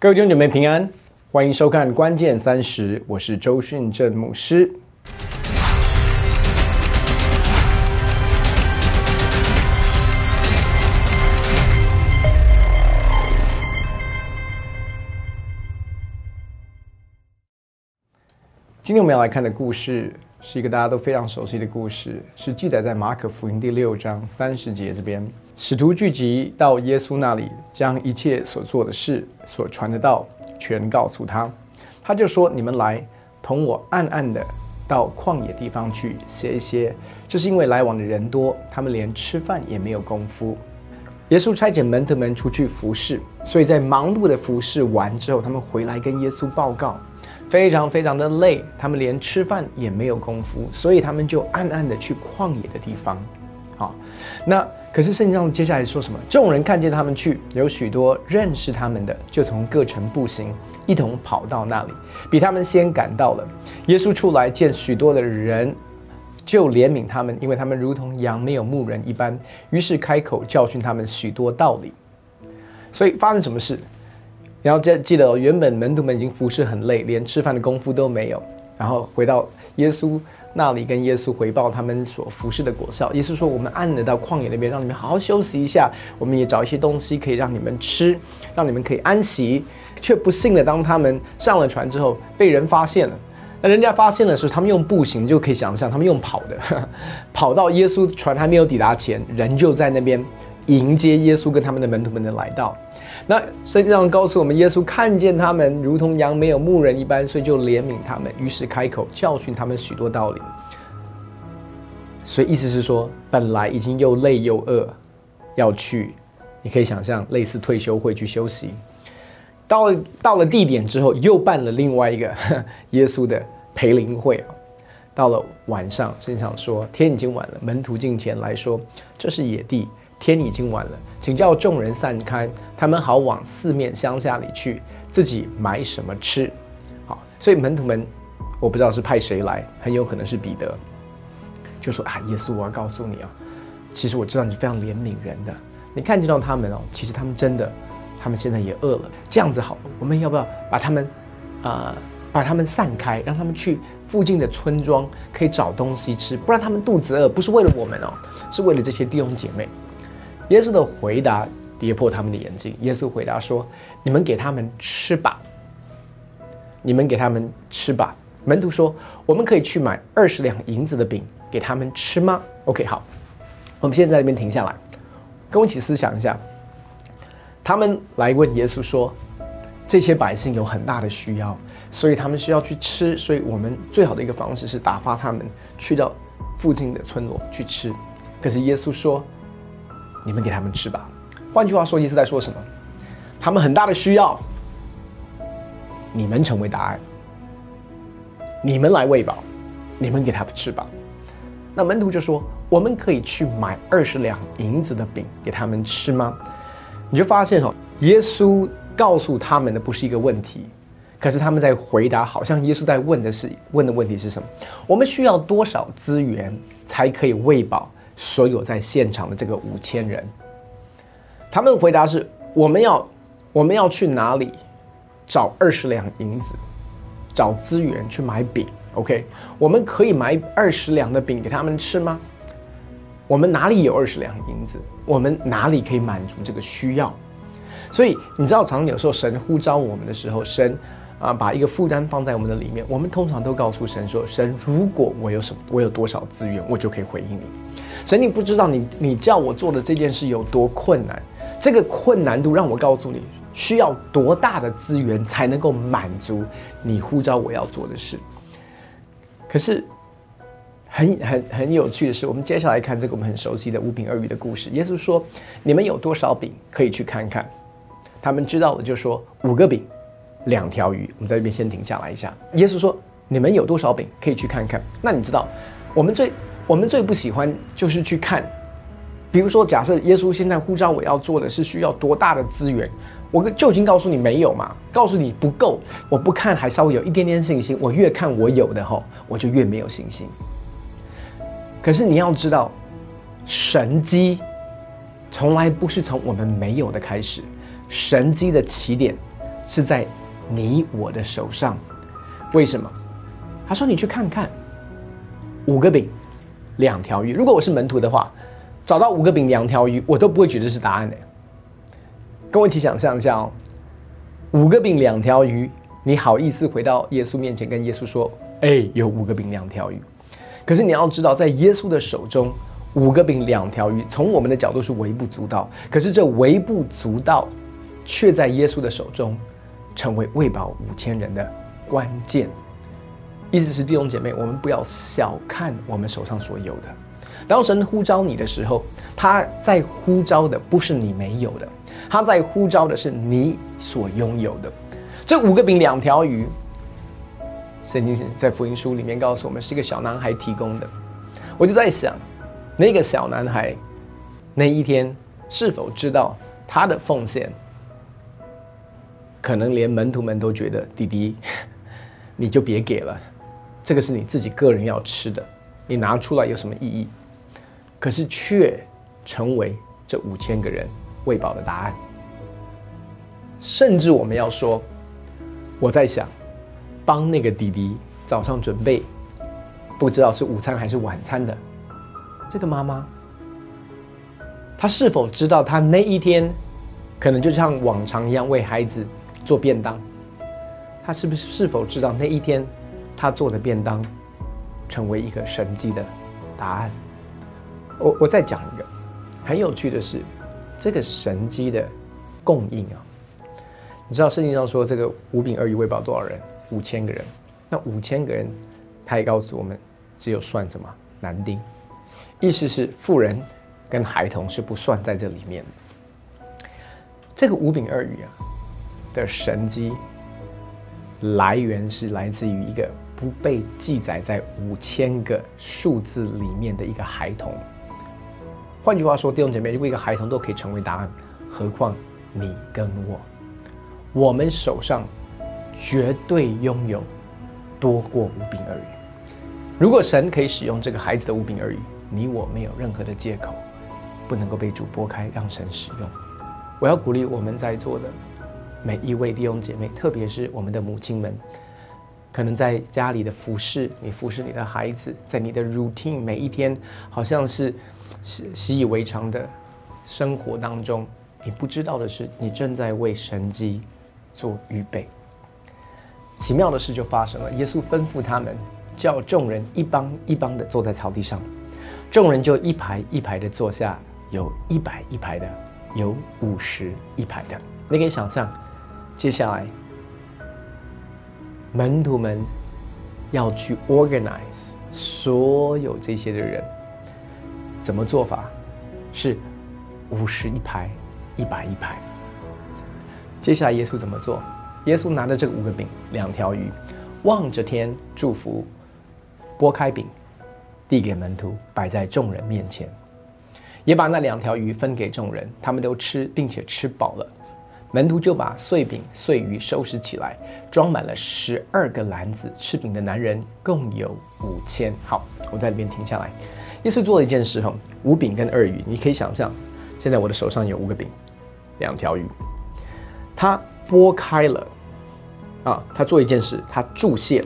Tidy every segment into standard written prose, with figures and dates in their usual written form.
各位弟兄姐妹平安，欢迎收看关键30，我是周训正牧师。今天我们要来看的故事是一个大家都非常熟悉的故事，是记载在马可福音第6章30节这边。使徒聚集到耶稣那里，将一切所做的事、所传的道全告诉他。他就说：“你们来，同我暗暗的到旷野地方去歇一歇。这是因为来往的人多，他们连吃饭也没有功夫。”耶稣差遣门徒们出去服侍，所以在忙碌的服侍完之后，他们回来跟耶稣报告，非常非常的累，他们连吃饭也没有功夫，所以他们就暗暗的去旷野的地方。好，那可是圣经上接下来说什么？众人看见他们去，有许多认识他们的，就从各城步行，一同跑到那里，比他们先赶到了。耶稣出来见许多的人，就怜悯他们，因为他们如同羊没有牧人一般，于是开口教训他们许多道理。所以发生什么事？你要记得，原本门徒们已经服侍很累，连吃饭的功夫都没有，然后回到耶稣那里，跟耶稣回报他们所服侍的果效。耶稣说：“我们暗地到旷野那边，让你们好好休息一下。我们也找一些东西可以让你们吃，让你们可以安息。”却不幸的，当他们上了船之后，被人发现了。那人家发现的时候，他们用步行，就可以想象他们用跑的，跑到耶稣船还没有抵达前，人就在那边迎接耶稣跟他们的门徒们的来到。那圣经上告诉我们，耶稣看见他们如同羊没有牧人一般，所以就怜悯他们，于是开口教训他们许多道理。所以意思是说，本来已经又累又饿，要去，你可以想象类似退休会去休息。到了地点之后，又办了另外一个耶稣的培灵会。到了晚上，圣经上说天已经晚了，门徒进前来说：“这是野地，天已经晚了，请叫众人散开，他们好往四面乡下里去，自己买什么吃。”好，所以门徒们，我不知道是派谁来，很有可能是彼得，就说：“耶稣，我要告诉你其实我知道你非常怜悯人的，你看见到他们其实他们真的，他们现在也饿了。这样子好了，我们要不要把他们散开，让他们去附近的村庄可以找东西吃，不然他们肚子饿，不是为了我们是为了这些弟兄姐妹。”耶稣的回答跌破他们的眼睛。耶稣回答说：“你们给他们吃吧，你们给他们吃吧。”门徒说：“我们可以去买20两银子的饼给他们吃吗？” OK， 好，我们现在在这边停下来，跟我一起思想一下。他们来问耶稣说，这些百姓有很大的需要，所以他们需要去吃，所以我们最好的一个方式是打发他们去到附近的村落去吃。可是耶稣说：“你们给他们吃吧。”换句话说，耶稣在说什么？他们很大的需要，你们成为答案，你们来喂饱，你们给他们吃吧。那门徒就说：“我们可以去买20两银子的饼给他们吃吗？”你就发现耶稣告诉他们的不是一个问题，可是他们在回答，好像耶稣在问的问题是什么？我们需要多少资源才可以喂饱所有在现场的这个5000人？他们回答是：我们要去哪里找20两银子，找资源去买饼 ？OK， 我们可以买20两的饼给他们吃吗？我们哪里有20两银子？我们哪里可以满足这个需要？所以你知道，常常有时候神呼召我们的时候，神把一个负担放在我们的里面，我们通常都告诉神说：“神，如果我有多少资源，我就可以回应你。神，你不知道你叫我做的这件事有多困难，这个困难度让我告诉你，需要多大的资源才能够满足你呼召我要做的事。”可是很有趣的是，我们接下来看这个我们很熟悉的5饼2鱼的故事。耶稣说：“你们有多少饼，可以去看看。”他们知道了就说：“5个饼，2条鱼。”我们在这边先停下来一下。耶稣说：“你们有多少饼，可以去看看。”那你知道，我们最不喜欢就是去看，比如说，假设耶稣现在呼召我要做的是需要多大的资源，我就已经告诉你没有嘛，告诉你不够，我不看还稍微有一点点信心，我越看我有的我就越没有信心。可是你要知道，神迹从来不是从我们没有的开始，神迹的起点是在你我的手上。为什么？他说你去看看，5个饼2条鱼。如果我是门徒的话，找到5个饼2条鱼，我都不会觉得是答案的。跟我一起想象一下哦，5个饼2条鱼，你好意思回到耶稣面前跟耶稣说，有5个饼2条鱼。可是你要知道，在耶稣的手中，5个饼2条鱼，从我们的角度是微不足道，可是这微不足道，却在耶稣的手中，成为喂饱5000人的关键。意思是弟兄姐妹，我们不要小看我们手上所有的。当神呼召你的时候，他在呼召的不是你没有的，他在呼召的是你所拥有的。这5个饼2条鱼，圣经在福音书里面告诉我们，是一个小男孩提供的。我就在想，那个小男孩那一天是否知道他的奉献，可能连门徒们都觉得，弟弟你就别给了，这个是你自己个人要吃的，你拿出来有什么意义？可是却成为这5000个人喂饱的答案。甚至我们要说，我在想，帮那个弟弟早上准备不知道是午餐还是晚餐的这个妈妈，她是否知道她那一天可能就像往常一样为孩子做便当？她是否知道那一天她做的便当成为一个神迹的答案？我再讲一个很有趣的是，这个神迹的供应啊，你知道圣经上说这个5饼2鱼喂饱多少人？5000个人。那5000个人，他也告诉我们，只有算什么男丁，意思是妇人跟孩童是不算在这里面的。这个5饼2鱼啊的神迹来源是来自于一个不被记载在5000个数字里面的一个孩童。换句话说，弟兄姐妹，如果一个孩童都可以成为答案，何况你跟我？我们手上绝对拥有多过5饼2鱼。如果神可以使用这个孩子的5饼2鱼，你我没有任何的借口不能够被主拨开，让神使用。我要鼓励我们在座的每一位弟兄姐妹，特别是我们的母亲们，可能在家里的服侍，你服侍你的孩子，在你的 routine 每一天好像是习以为常的生活当中，你不知道的是，你正在为神迹做预备。奇妙的事就发生了，耶稣吩咐他们叫众人一帮一帮的坐在草地上，众人就一排一排的坐下，有100一排的，有50一排的。你可以想象，接下来门徒们要去 organize 所有这些的人，怎么做法？是50一排，100一排。接下来耶稣怎么做？耶稣拿着这个5个饼2条鱼，望着天祝福，拨开饼，递给门徒，摆在众人面前，也把那2条鱼分给众人，他们都吃，并且吃饱了。门徒就把碎饼碎鱼收拾起来，装满了12个篮子，吃饼的男人共有5000。好，我在这边停下来。耶稣做了一件事，5饼跟2鱼，你可以想象，现在我的手上有5个饼2条鱼，他拨开了他做一件事，他注谢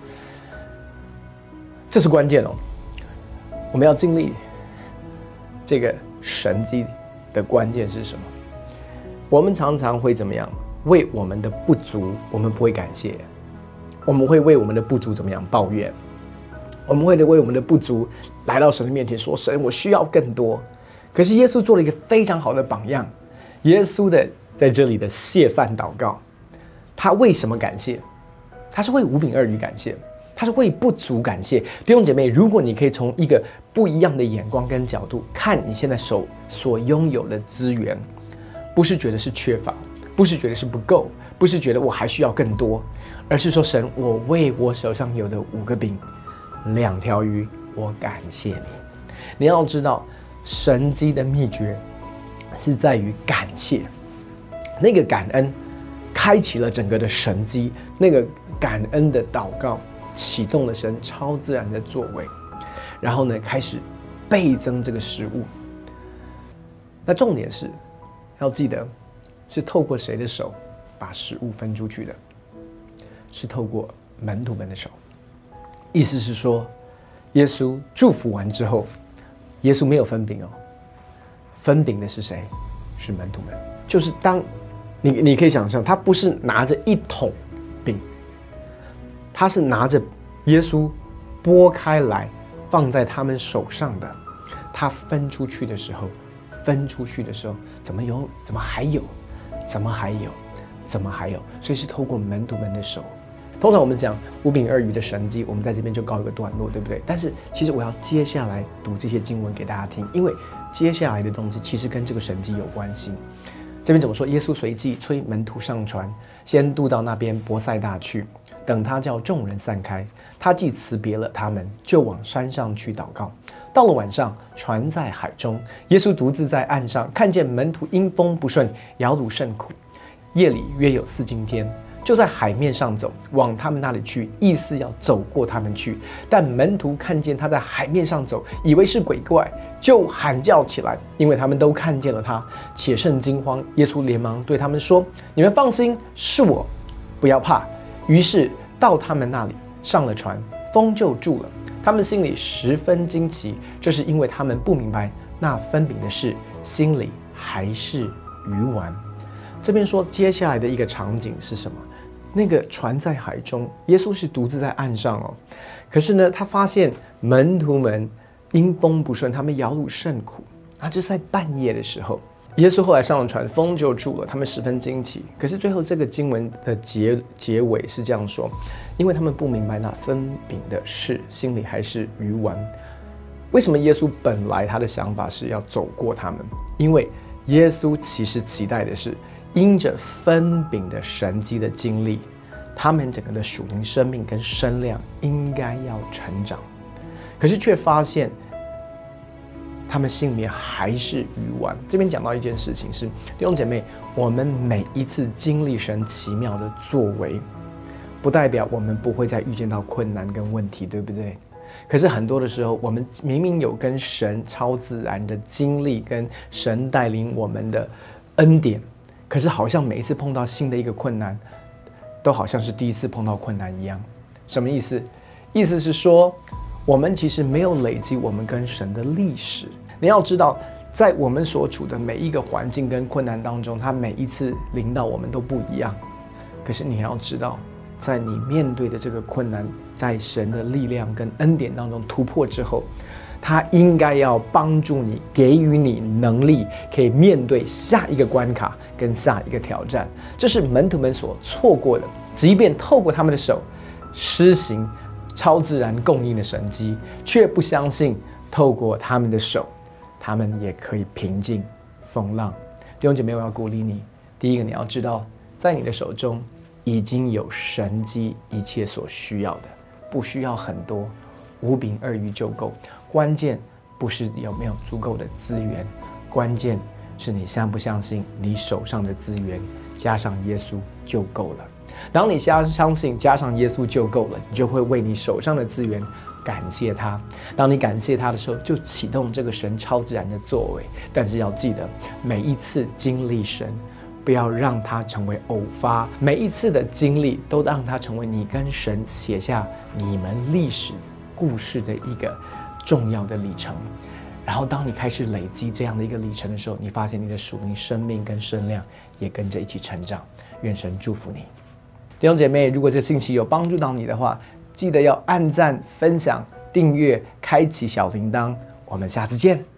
这是关键哦。我们要经历这个神迹的关键是什么？我们常常会怎么样？为我们的不足，我们不会感谢，我们会为我们的不足怎么样抱怨？我们会为我们的不足来到神的面前说：“神，我需要更多。”可是耶稣做了一个非常好的榜样。耶稣的在这里的谢饭祷告，他为什么感谢？他是为5饼2鱼感谢，他是为不足感谢。弟兄姐妹，如果你可以从一个不一样的眼光跟角度看你现在手所拥有的资源，不是觉得是缺乏，不是觉得是不够，不是觉得我还需要更多，而是说：神，我为我手上有的5个饼2条鱼，我感谢你。你要知道，神迹的秘诀是在于感谢，那个感恩开启了整个的神迹，那个感恩的祷告启动了神超自然的作为，然后呢，开始倍增这个食物。那重点是要记得，是透过谁的手， 把食物分出去的？是透过门徒们的手。意思是说，耶稣祝福完之后，耶稣没有分饼哦，分饼的是谁？是门徒们。就是当你可以想象，他不是拿着一桶饼，他是拿着耶稣拨开来放在他们手上的。他分出去的时候，怎么还有？所以是透过门徒们的手。通常我们讲5饼2鱼的神迹，我们在这边就告一个段落，对不对？但是其实我要接下来读这些经文给大家听，因为接下来的东西其实跟这个神迹有关系。这边怎么说？耶稣随即催门徒上船，先渡到那边伯赛大去。等他叫众人散开，他既辞别了他们，就往山上去祷告。到了晚上，船在海中，耶稣独自在岸上，看见门徒因风不顺，摇橹甚苦。夜里约有4更天，就在海面上走，往他们那里去，意思要走过他们去。但门徒看见他在海面上走，以为是鬼怪，就喊叫起来，因为他们都看见了他，且甚惊慌。耶稣连忙对他们说：“你们放心，是我，不要怕。”于是到他们那里，上了船，风就住了。他们心里十分惊奇，这是因为他们不明白那分饼的事，心里还是愚顽。这边说接下来的一个场景是什么？那个船在海中，耶稣是独自在岸上哦。可是呢，他发现门徒们因风不顺，他们摇橹甚苦。这是在半夜的时候，耶稣后来上了船，风就住了，他们十分惊奇。可是最后这个经文的结尾是这样说：因为他们不明白那分饼的事，心里还是愚顽。为什么耶稣本来他的想法是要走过他们？因为耶稣其实期待的是，因着分饼的神迹的经历，他们整个的属灵生命跟身量应该要成长。可是却发现他们心里面还是愚顽。这边讲到一件事情是，弟兄姐妹，我们每一次经历神奇妙的作为，不代表我们不会再遇见到困难跟问题，对不对？可是很多的时候，我们明明有跟神超自然的经历，跟神带领我们的恩典，可是好像每一次碰到新的一个困难，都好像是第一次碰到困难一样。什么意思？意思是说，我们其实没有累积我们跟神的历史。你要知道，在我们所处的每一个环境跟困难当中，它每一次临到我们都不一样。可是你要知道，在你面对的这个困难，在神的力量跟恩典当中突破之后，他应该要帮助你，给予你能力，可以面对下一个关卡跟下一个挑战。这是门徒们所错过的。即便透过他们的手施行超自然供应的神迹，却不相信透过他们的手，他们也可以平静风浪。弟兄姐妹，我要鼓励你，第一个，你要知道，在你的手中已经有神迹一切所需要的，不需要很多，5饼2鱼就够。关键不是有没有足够的资源，关键是你相不相信你手上的资源加上耶稣就够了。当你相信加上耶稣就够了，你就会为你手上的资源感谢他。当你感谢他的时候，就启动这个神超自然的作为。但是要记得，每一次经历神，不要让它成为偶发，每一次的经历都让它成为你跟神写下你们历史故事的一个重要的里程。然后当你开始累积这样的一个里程的时候，你发现你的属灵生命跟身量也跟着一起成长。愿神祝福你。弟兄姐妹，如果这信息有帮助到你的话，记得要按赞、分享、订阅、开启小铃铛。我们下次见。